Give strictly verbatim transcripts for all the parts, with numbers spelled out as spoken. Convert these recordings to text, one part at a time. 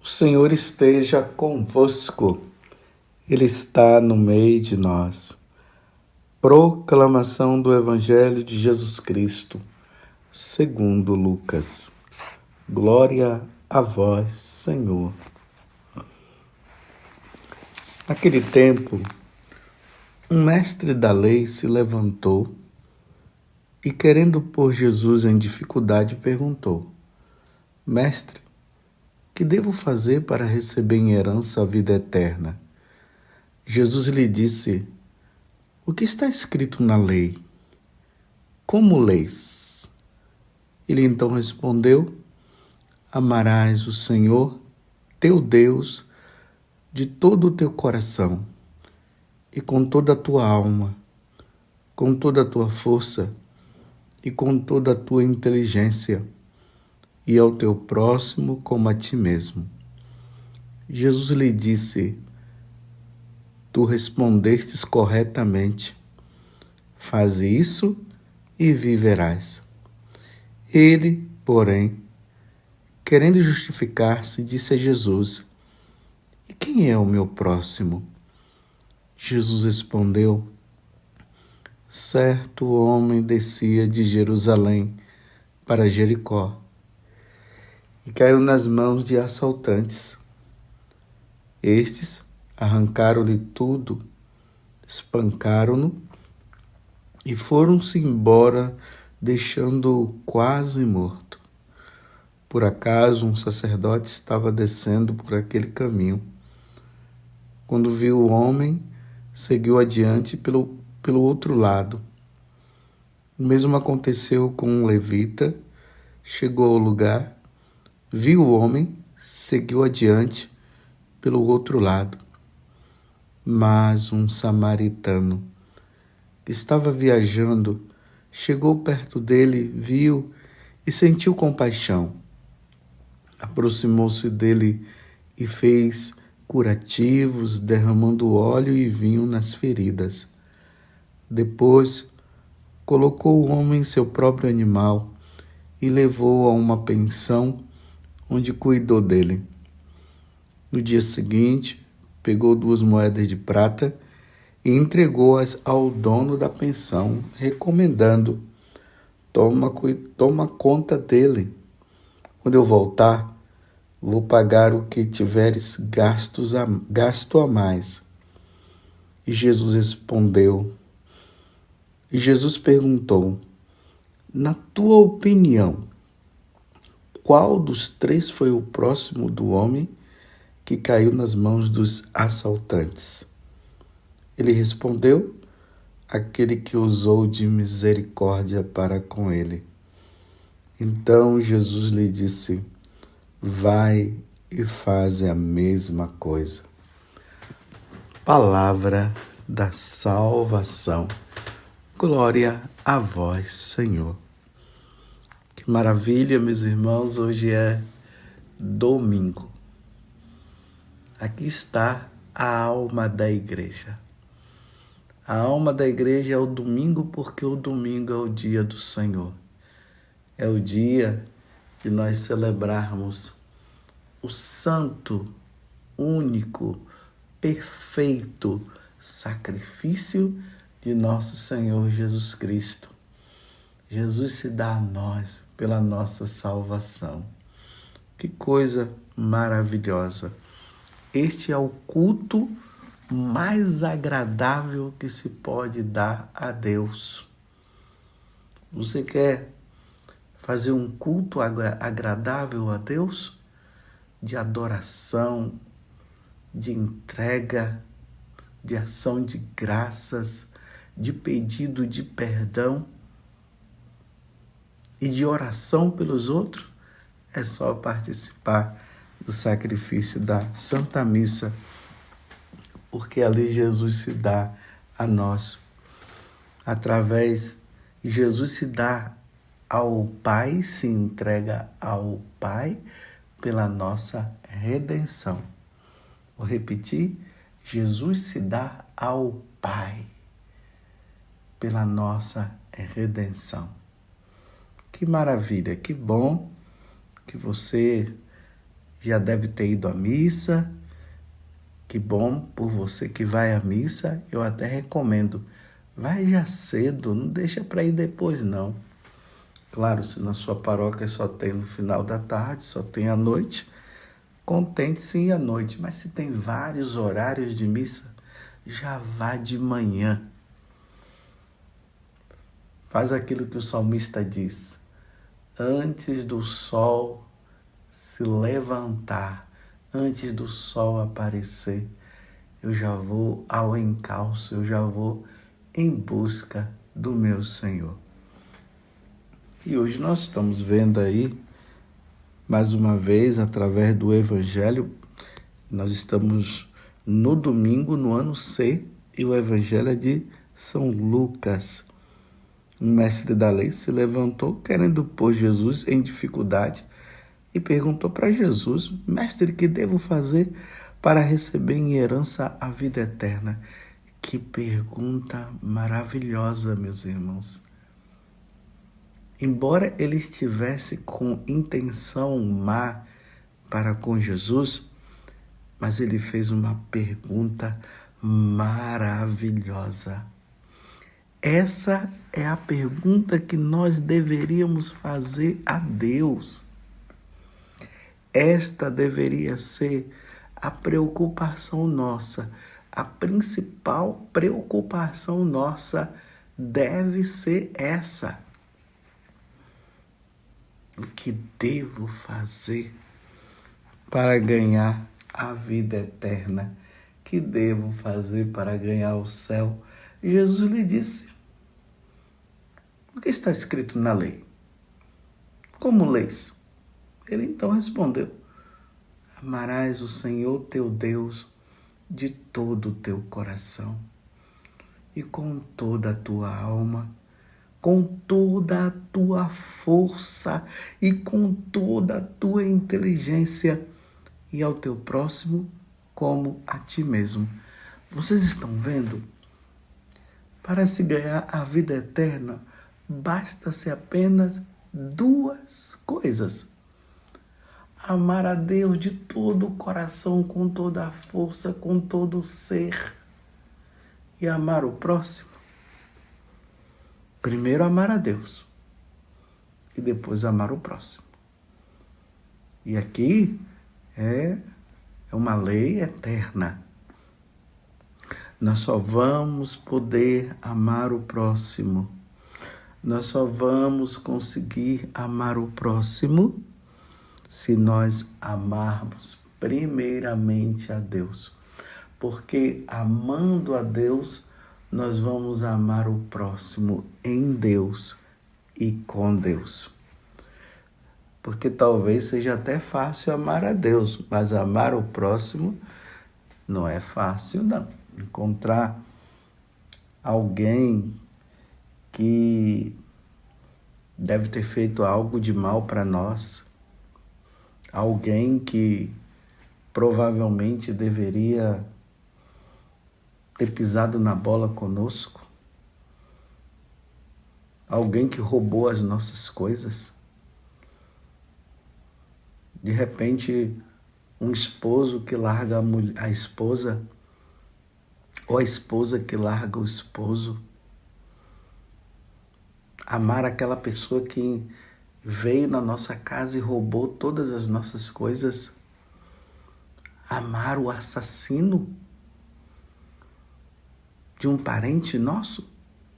O Senhor esteja convosco, Ele está no meio de nós. Proclamação do Evangelho de Jesus Cristo, segundo Lucas. Glória a vós, Senhor. Naquele tempo, um mestre da lei se levantou e, querendo pôr Jesus em dificuldade, perguntou: Mestre, que devo fazer para receber em herança a vida eterna? Jesus lhe disse: O que está escrito na lei? Como lês? Ele então respondeu: Amarás o Senhor, teu Deus, de todo o teu coração e com toda a tua alma, com toda a tua força e com toda a tua inteligência, e ao teu próximo como a ti mesmo. Jesus lhe disse: Tu respondestes corretamente. Faze isso e viverás. Ele, porém, querendo justificar-se, disse a Jesus: E quem é o meu próximo? Jesus respondeu: Certo homem descia de Jerusalém para Jericó e caiu nas mãos de assaltantes. Estes arrancaram-lhe tudo, espancaram-no e foram-se embora, deixando-o quase morto. Por acaso, um sacerdote estava descendo por aquele caminho. Quando viu o homem, seguiu adiante pelo, pelo outro lado. O mesmo aconteceu com um levita. Chegou ao lugar, viu o homem, seguiu adiante pelo outro lado. Mas um samaritano que estava viajando chegou perto dele, viu e sentiu compaixão. Aproximou-se dele e fez curativos, derramando óleo e vinho nas feridas. Depois, colocou o homem em seu próprio animal e levou-o a uma pensão onde cuidou dele. No dia seguinte, pegou duas moedas de prata e entregou-as ao dono da pensão, recomendando: Toma, toma conta dele. Quando eu voltar, vou pagar o que tiveres gastos a, gasto a mais. E Jesus respondeu. E Jesus perguntou: Na tua opinião, qual dos três foi o próximo do homem que caiu nas mãos dos assaltantes? Ele respondeu: Aquele que usou de misericórdia para com ele. Então Jesus lhe disse: Vai e faz a mesma coisa. Palavra da salvação. Glória a vós, Senhor. Que maravilha, meus irmãos, hoje é domingo. Aqui está a alma da igreja. A alma da igreja é o domingo, porque o domingo é o dia do Senhor. É o dia de nós celebrarmos o santo, único, perfeito sacrifício de nosso Senhor Jesus Cristo. Jesus se dá a nós pela nossa salvação. Que coisa maravilhosa! Este é o culto mais agradável que se pode dar a Deus. Você quer fazer um culto agradável a Deus? De adoração, de entrega, de ação de graças, de pedido de perdão e de oração pelos outros? É só participar do sacrifício da Santa Missa, porque ali Jesus se dá a nós. Através de Jesus se dá ao Pai, se entrega ao Pai pela nossa redenção. Vou repetir: Jesus se dá ao Pai pela nossa redenção. Que maravilha, que bom que você Já deve ter ido à missa. Que bom por você que vai à missa. Eu até recomendo. Vai já cedo, não deixa para ir depois, não. Claro, se na sua paróquia só tem no final da tarde, só tem à noite, contente-se em ir à noite. Mas se tem vários horários de missa, já vá de manhã. Faz aquilo que o salmista diz. Antes do sol se levantar, antes do sol aparecer, eu já vou ao encalço, eu já vou em busca do meu Senhor. E hoje nós estamos vendo aí, mais uma vez, através do Evangelho, nós estamos no domingo, no ano C, e o Evangelho é de São Lucas. Um mestre da lei se levantou querendo pôr Jesus em dificuldade e perguntou para Jesus: mestre, que devo fazer para receber em herança a vida eterna? Que pergunta maravilhosa, meus irmãos. Embora ele estivesse com intenção má para com Jesus, mas ele fez uma pergunta maravilhosa. Essa é a pergunta que nós deveríamos fazer a Deus. Esta deveria ser a preocupação nossa. A principal preocupação nossa deve ser essa. O que devo fazer para ganhar a vida eterna? O que devo fazer para ganhar o céu? Jesus lhe disse: o que está escrito na lei? Como leis? Ele então respondeu: amarás o Senhor teu Deus de todo o teu coração e com toda a tua alma, com toda a tua força e com toda a tua inteligência, e ao teu próximo como a ti mesmo. Vocês estão vendo? Para se ganhar a vida eterna, basta-se apenas duas coisas: amar a Deus de todo o coração, com toda a força, com todo o ser, e amar o próximo. Primeiro amar a Deus e depois amar o próximo. E aqui é, é uma lei eterna. Nós só vamos poder amar o próximo. Nós só vamos conseguir amar o próximo se nós amarmos primeiramente a Deus. Porque amando a Deus, nós vamos amar o próximo em Deus e com Deus. Porque talvez seja até fácil amar a Deus, mas amar o próximo não é fácil, não. Encontrar alguém que deve ter feito algo de mal para nós, alguém que provavelmente deveria ter pisado na bola conosco, alguém que roubou as nossas coisas. De repente, um esposo que larga a, mulher, a esposa, ou a esposa que larga o esposo. Amar aquela pessoa que veio na nossa casa e roubou todas as nossas coisas. Amar o assassino de um parente nosso.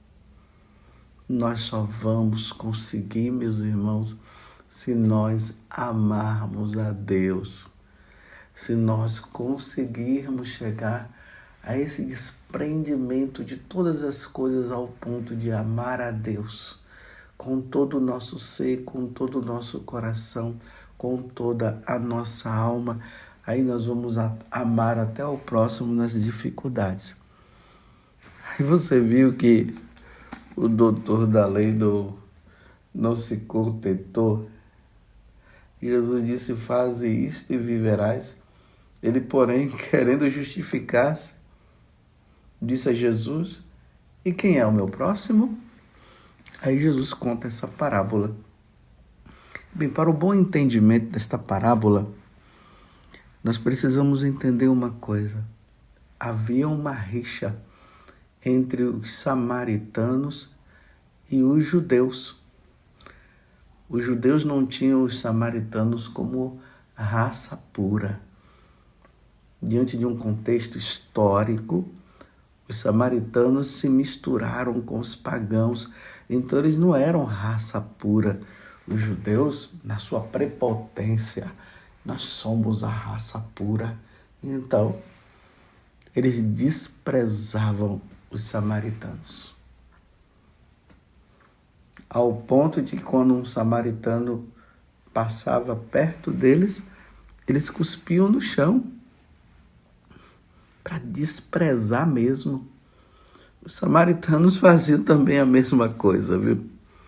Nós só vamos conseguir, meus irmãos, se nós amarmos a Deus. Se nós conseguirmos chegar a esse desprendimento de todas as coisas ao ponto de amar a Deus com todo o nosso ser, com todo o nosso coração, com toda a nossa alma, aí nós vamos amar até o próximo nas dificuldades. Aí você viu que o doutor da lei do não se contentou. Jesus disse: faze isto e viverás. Ele, porém, querendo justificar-se, disse a Jesus: e quem é o meu próximo? Aí Jesus conta essa parábola. Bem, para o bom entendimento desta parábola, Nós precisamos entender uma coisa. Havia uma rixa entre os samaritanos e os judeus. Os judeus não tinham os samaritanos como raça pura. Diante de um contexto histórico, os samaritanos se misturaram com os pagãos, então eles não eram raça pura. Os judeus, na sua prepotência, nós somos a raça pura. Então, eles desprezavam os samaritanos. Ao ponto de que quando um samaritano passava perto deles, eles cuspiam no chão, para desprezar mesmo. Os samaritanos faziam também a mesma coisa, viu?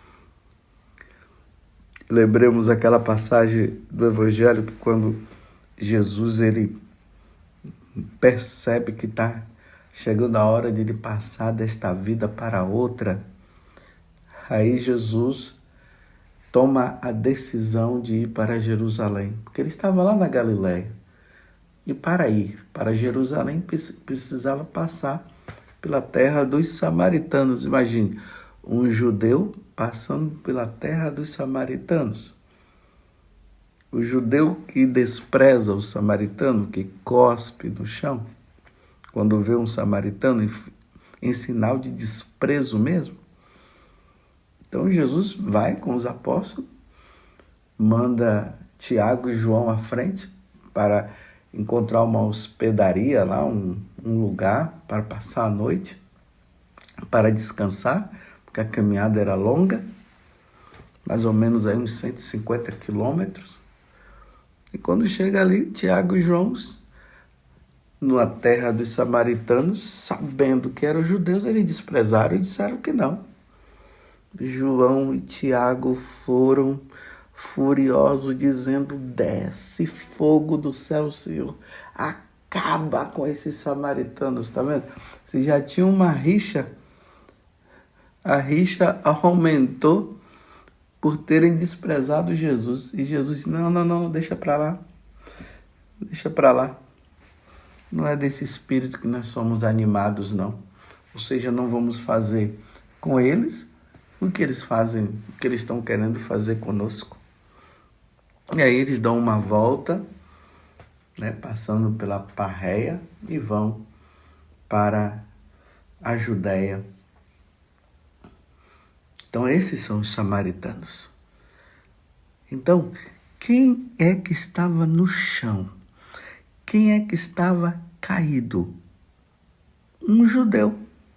Lembremos aquela passagem do Evangelho que quando Jesus ele percebe que está chegando a hora de ele passar desta vida para outra, aí Jesus toma a decisão de ir para Jerusalém, porque ele estava lá na Galileia. E para ir para Jerusalém precisava passar pela terra dos samaritanos. Imagine, um judeu passando pela terra dos samaritanos. O judeu que despreza o samaritano, que cospe no chão, quando vê um samaritano em, em sinal de desprezo mesmo. Então Jesus vai com os apóstolos, manda Tiago e João à frente para encontrar uma hospedaria lá, um, um lugar para passar a noite, para descansar, porque a caminhada era longa, mais ou menos aí uns cento e cinquenta quilômetros. E quando chega ali, Tiago e João, numa terra dos samaritanos, sabendo que eram judeus, eles desprezaram e disseram que não. João e Tiago foram furiosos, dizendo: desce fogo do céu, Senhor, acaba com esses samaritanos, tá vendo? Se já tinha uma rixa, a rixa aumentou por terem desprezado Jesus. E Jesus disse: não, não, não, deixa para lá, deixa para lá. Não é desse espírito que nós somos animados, não. Ou seja, não vamos fazer com eles o que eles fazem, o que eles estão querendo fazer conosco. E aí eles dão uma volta, né, passando pela Parreia, e vão para a Judéia. Então esses são os samaritanos. Então, quem é que estava no chão? Quem é que estava caído? Um judeu.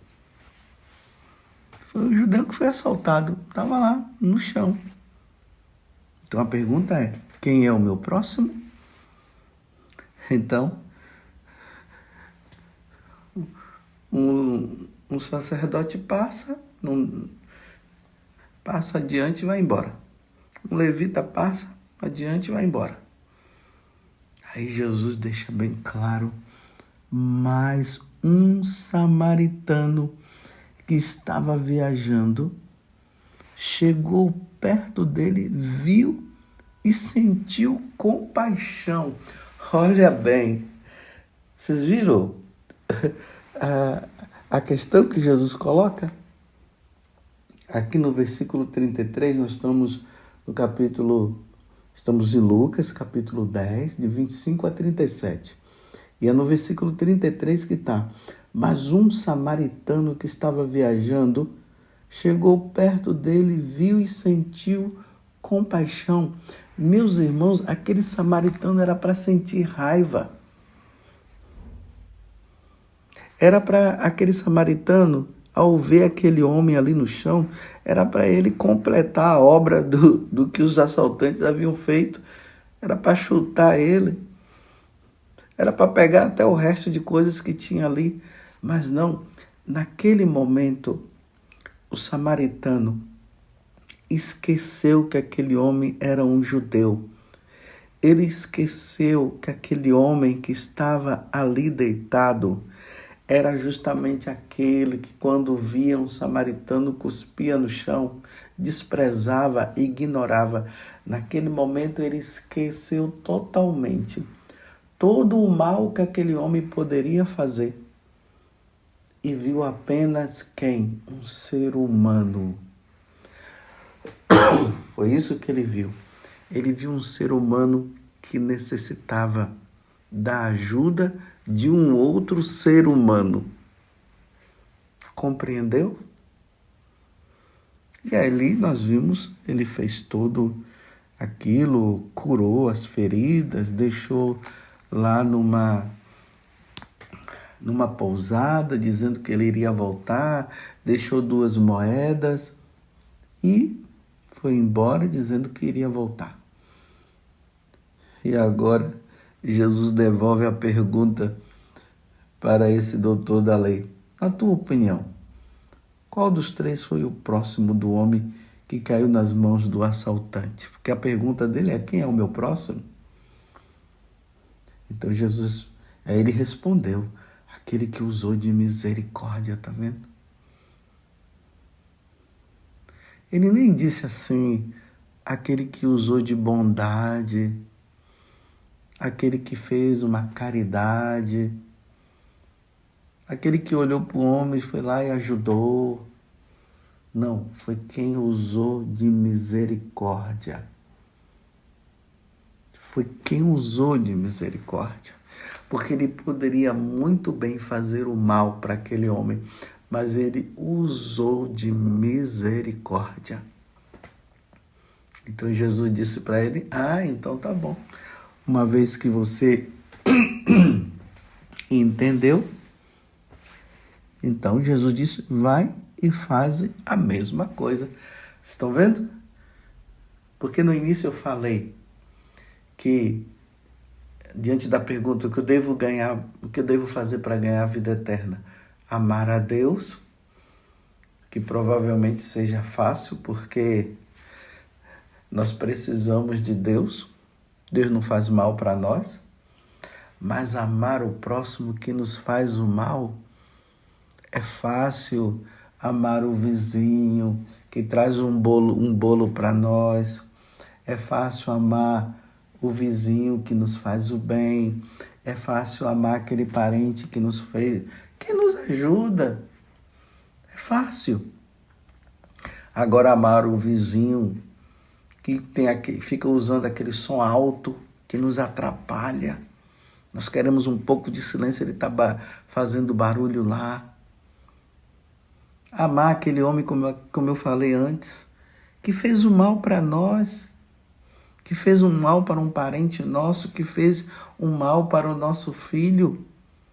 Foi um judeu que foi assaltado, estava lá no chão. Então a pergunta é: quem é o meu próximo? Então, um, um sacerdote passa, não, passa adiante e vai embora. Um levita passa adiante e vai embora. Aí Jesus deixa bem claro: mas um samaritano que estava viajando chegou perto dele, viu e sentiu compaixão. Olha bem, vocês viram a, a questão que Jesus coloca? Aqui no versículo trinta e três, nós estamos no capítulo, estamos em Lucas, capítulo dez, de vinte e cinco a trinta e sete. E é no versículo trinta e três que está: mas um samaritano que estava viajando chegou perto dele, viu e sentiu compaixão. Meus irmãos, aquele samaritano era para sentir raiva. Era para aquele samaritano, ao ver aquele homem ali no chão, era para ele completar a obra do, do que os assaltantes haviam feito. Era para chutar ele. Era para pegar até o resto de coisas que tinha ali. Mas não, naquele momento, o samaritano esqueceu que aquele homem era um judeu. Ele esqueceu que aquele homem que estava ali deitado era justamente aquele que, quando via um samaritano, cuspia no chão, desprezava, ignorava. Naquele momento ele esqueceu totalmente todo o mal que aquele homem poderia fazer e viu apenas quem? Um ser humano. Foi isso que ele viu. Ele viu um ser humano que necessitava da ajuda de um outro ser humano. Compreendeu? E ali nós vimos, ele fez tudo aquilo, curou as feridas, deixou lá numa, numa pousada, dizendo que ele iria voltar, deixou duas moedas e foi embora dizendo que iria voltar. E agora Jesus devolve a pergunta para esse doutor da lei. Na tua opinião, qual dos três foi o próximo do homem que caiu nas mãos do assaltante? Porque a pergunta dele é: quem é o meu próximo? Então Jesus, aí ele respondeu: aquele que usou de misericórdia, tá vendo? Ele nem disse assim, aquele que usou de bondade, aquele que fez uma caridade, aquele que olhou para o homem e foi lá e ajudou. Não, foi quem usou de misericórdia. Foi quem usou de misericórdia. Porque ele poderia muito bem fazer o mal para aquele homem, mas ele usou de misericórdia. Então Jesus disse para ele: ah, então tá bom. Uma vez que você entendeu, então Jesus disse: vai e faz a mesma coisa. Estão vendo? Porque no início eu falei que, diante da pergunta, o que eu devo ganhar, o que eu devo fazer para ganhar a vida eterna? Amar a Deus, que provavelmente seja fácil, porque nós precisamos de Deus. Deus não faz mal para nós, mas amar o próximo que nos faz o mal é fácil. Amar o vizinho que traz um bolo, um bolo para nós. É fácil amar o vizinho que nos faz o bem. É fácil amar aquele parente que nos fez, que nos ajuda. É fácil. Agora, amar o vizinho que tem aquele, fica usando aquele som alto que nos atrapalha. Nós queremos um pouco de silêncio, ele está fazendo barulho lá. Amar aquele homem, como eu, como eu falei antes, que fez o mal para nós, que fez um mal para um parente nosso, que fez um mal para o nosso filho.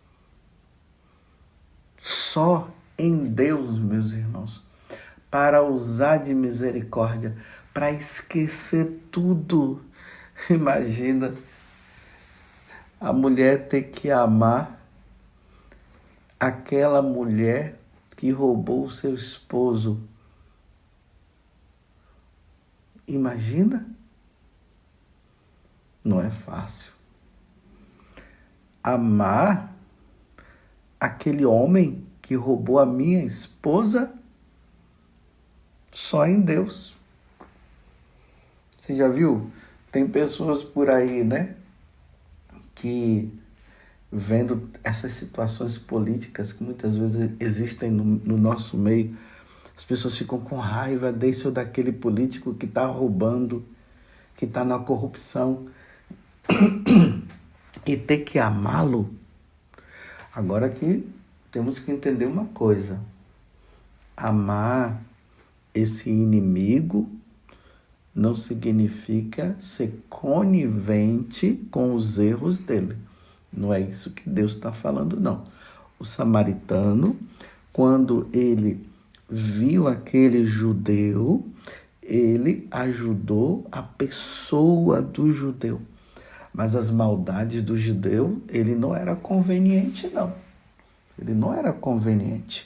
Só em Deus, meus irmãos, para usar de misericórdia, para esquecer tudo. Imagina a mulher ter que amar aquela mulher que roubou o seu esposo. Imagina? Não é fácil. Amar aquele homem que roubou a minha esposa, só em Deus. Você já viu? Tem pessoas por aí, né? Que vendo essas situações políticas que muitas vezes existem no, no nosso meio, as pessoas ficam com raiva desse ou daquele político que está roubando, que está na corrupção, e ter que amá-lo. Agora que temos que entender uma coisa: amar esse inimigo não significa ser conivente com os erros dele. Não é isso que Deus está falando, não. O samaritano, quando ele viu aquele judeu, ele ajudou a pessoa do judeu. Mas as maldades do judeu, ele não era conveniente, não. Ele não era conveniente.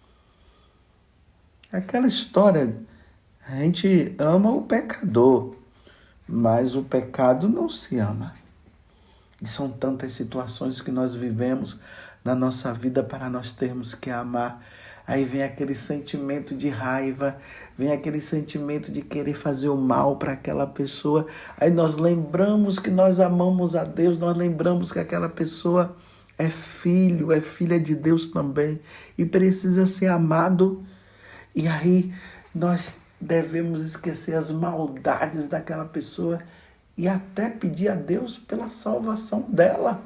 Aquela história, a gente ama o pecador, mas o pecado não se ama. E são tantas situações que nós vivemos na nossa vida para nós termos que amar Aí vem aquele sentimento de raiva, vem aquele sentimento de querer fazer o mal para aquela pessoa. Aí nós lembramos que nós amamos a Deus, nós lembramos que aquela pessoa é filho, é filha de Deus também e precisa ser amado. E aí nós devemos esquecer as maldades daquela pessoa e até pedir a Deus pela salvação dela.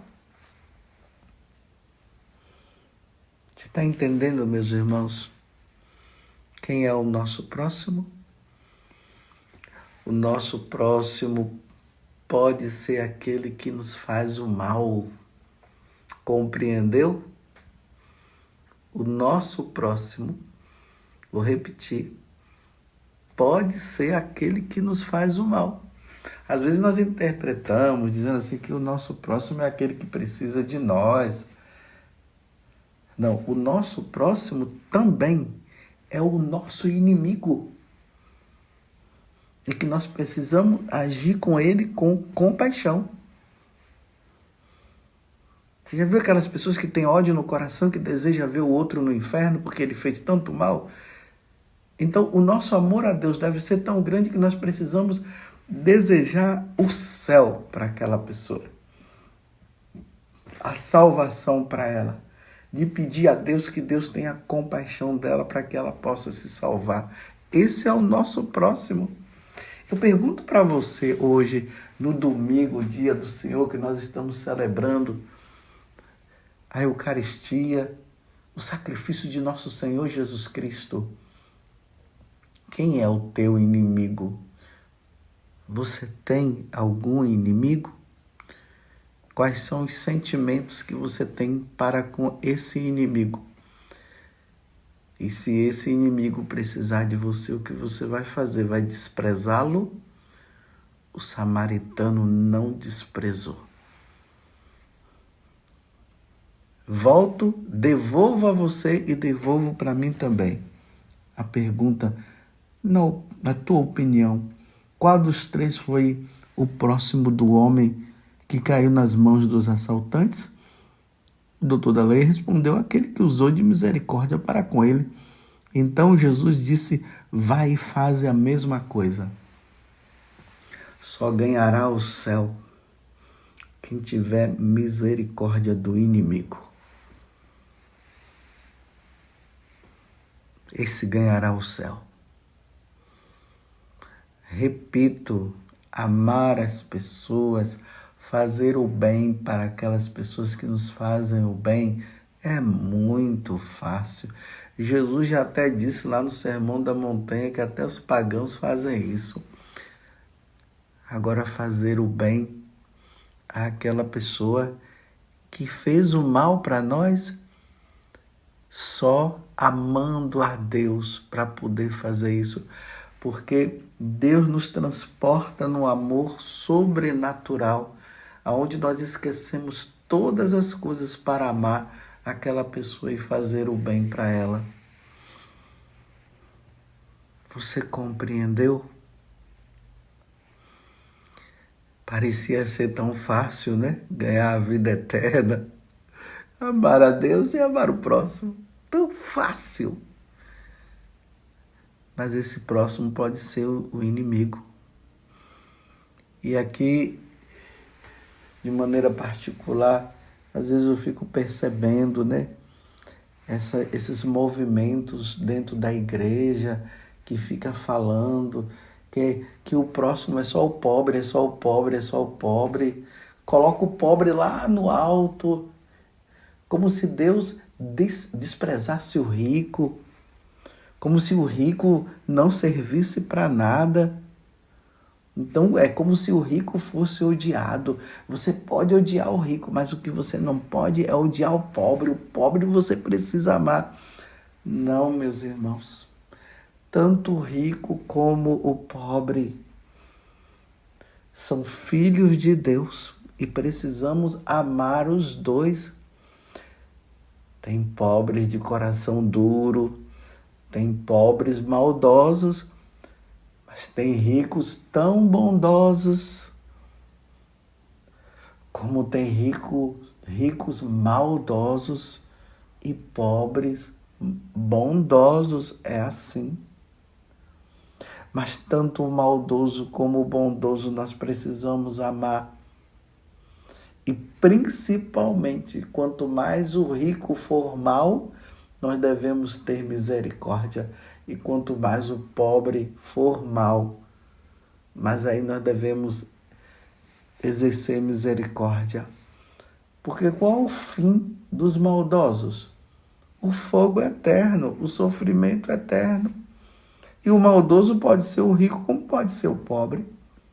Você está entendendo, meus irmãos? Quem é o nosso próximo? O nosso próximo pode ser aquele que nos faz o mal. Compreendeu? O nosso próximo, vou repetir, pode ser aquele que nos faz o mal. Às vezes nós interpretamos dizendo assim que o nosso próximo é aquele que precisa de nós. Não, o nosso próximo também é o nosso inimigo. E que nós precisamos agir com ele com compaixão. Você já viu aquelas pessoas que têm ódio no coração, que desejam ver o outro no inferno porque ele fez tanto mal? Então, o nosso amor a Deus deve ser tão grande que nós precisamos desejar o céu para aquela pessoa. A salvação para ela. De pedir a Deus que Deus tenha compaixão dela para que ela possa se salvar. Esse é o nosso próximo. Eu pergunto para você hoje, no domingo, dia do Senhor, que nós estamos celebrando a Eucaristia, o sacrifício de nosso Senhor Jesus Cristo. Quem é o teu inimigo? Você tem algum inimigo? Quais são os sentimentos que você tem para com esse inimigo? E se esse inimigo precisar de você, o que você vai fazer? Vai desprezá-lo? O samaritano não desprezou. Volto, devolvo a você e devolvo para mim também. A pergunta, não, na tua opinião, qual dos três foi o próximo do homem que caiu nas mãos dos assaltantes? O doutor da lei respondeu, aquele que usou de misericórdia para com ele. Então Jesus disse, vai e faze a mesma coisa. Só ganhará o céu quem tiver misericórdia do inimigo. Esse ganhará o céu. Repito, amar as pessoas, fazer o bem para aquelas pessoas que nos fazem o bem é muito fácil. Jesus já até disse lá no Sermão da Montanha que até os pagãos fazem isso. Agora, fazer o bem àquela pessoa que fez o mal para nós, só amando a Deus para poder fazer isso. Porque Deus nos transporta no amor sobrenatural, aonde nós esquecemos todas as coisas para amar aquela pessoa e fazer o bem para ela. Você compreendeu? Parecia ser tão fácil, né? Ganhar a vida eterna, amar a Deus e amar o próximo. Tão fácil. Mas esse próximo pode ser o inimigo. E aqui, de maneira particular, às vezes eu fico percebendo, né, essa, esses movimentos dentro da igreja que fica falando que, que o próximo é só o pobre, é só o pobre, é só o pobre. Coloca o pobre lá no alto, como se Deus des, desprezasse o rico, como se o rico não servisse para nada. Então é como se o rico fosse odiado. Você pode odiar o rico, mas o que você não pode é odiar o pobre. O pobre você precisa amar. Não, meus irmãos. Tanto o rico como o pobre são filhos de Deus e precisamos amar os dois. Tem pobres de coração duro, tem pobres maldosos, mas tem ricos tão bondosos, como tem rico, ricos maldosos e pobres bondosos é assim. Mas tanto o maldoso como o bondoso nós precisamos amar. E principalmente, quanto mais o rico for mal, nós devemos ter misericórdia. E quanto mais o pobre for mal, mas aí nós devemos exercer misericórdia. Porque qual o fim dos maldosos? O fogo é eterno, o sofrimento é eterno. E o maldoso pode ser o rico, como pode ser o pobre.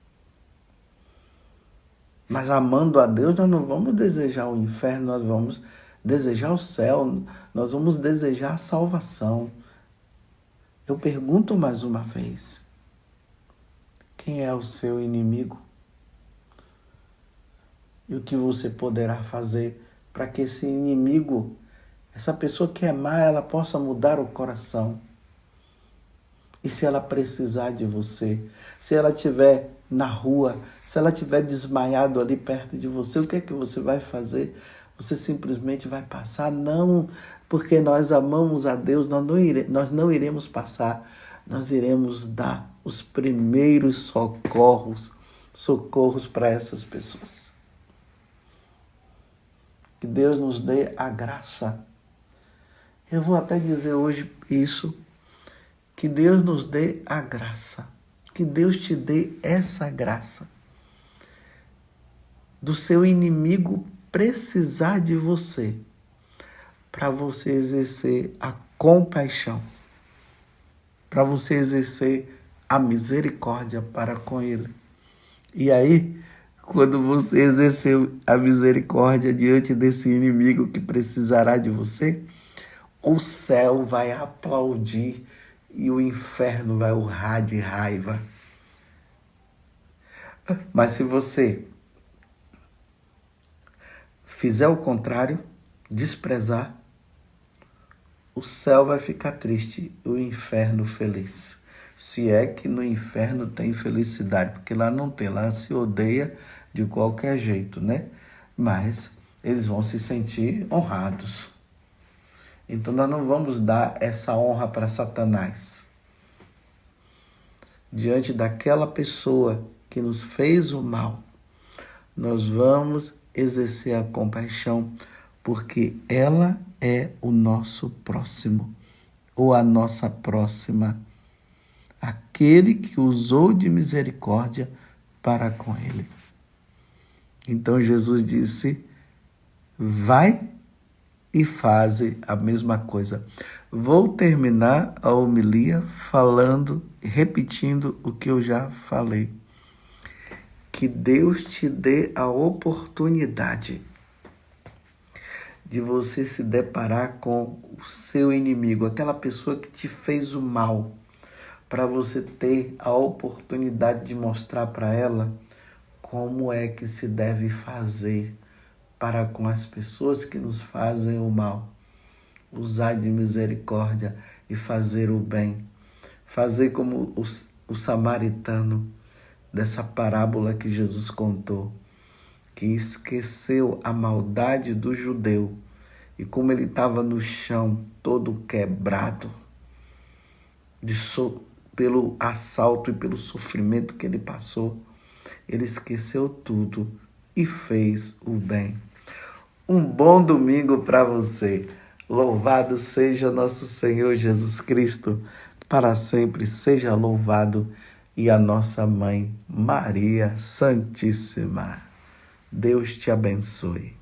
Mas amando a Deus, nós não vamos desejar o inferno, nós vamos desejar o céu, nós vamos desejar a salvação. Eu pergunto mais uma vez, quem é o seu inimigo? E o que você poderá fazer para que esse inimigo, essa pessoa que é má, ela possa mudar o coração? E se ela precisar de você, se ela estiver na rua, se ela estiver desmaiado ali perto de você, o que é que você vai fazer? Você simplesmente vai passar? Não, porque nós amamos a Deus, nós não, ire, nós não iremos passar, nós iremos dar os primeiros socorros, socorros para essas pessoas. Que Deus nos dê a graça. Eu vou até dizer hoje isso, que Deus nos dê a graça, que Deus te dê essa graça, do seu inimigo precisar de você, para você exercer a compaixão, para você exercer a misericórdia para com ele. E aí, quando você exerceu a misericórdia diante desse inimigo que precisará de você, o céu vai aplaudir e o inferno vai urrar de raiva. Mas se você fizer o contrário, desprezar, o céu vai ficar triste e o inferno feliz. Se é que no inferno tem felicidade, porque lá não tem, lá se odeia de qualquer jeito, né? Mas eles vão se sentir honrados. Então nós não vamos dar essa honra para Satanás. Diante daquela pessoa que nos fez o mal, nós vamos exercer a compaixão, porque ela é o nosso próximo, ou a nossa próxima, aquele que usou de misericórdia para com ele. Então Jesus disse, vai e faze a mesma coisa. Vou terminar a homilia falando, repetindo o que eu já falei. Que Deus te dê a oportunidade de você se deparar com o seu inimigo, aquela pessoa que te fez o mal, para você ter a oportunidade de mostrar para ela como é que se deve fazer para com as pessoas que nos fazem o mal. Usar de misericórdia e fazer o bem. Fazer como o, o samaritano dessa parábola que Jesus contou, que esqueceu a maldade do judeu e como ele estava no chão, todo quebrado, de so, pelo assalto e pelo sofrimento que ele passou, ele esqueceu tudo e fez o bem. Um bom domingo para você. Louvado seja nosso Senhor Jesus Cristo, para sempre seja louvado, e a nossa mãe Maria Santíssima. Deus te abençoe.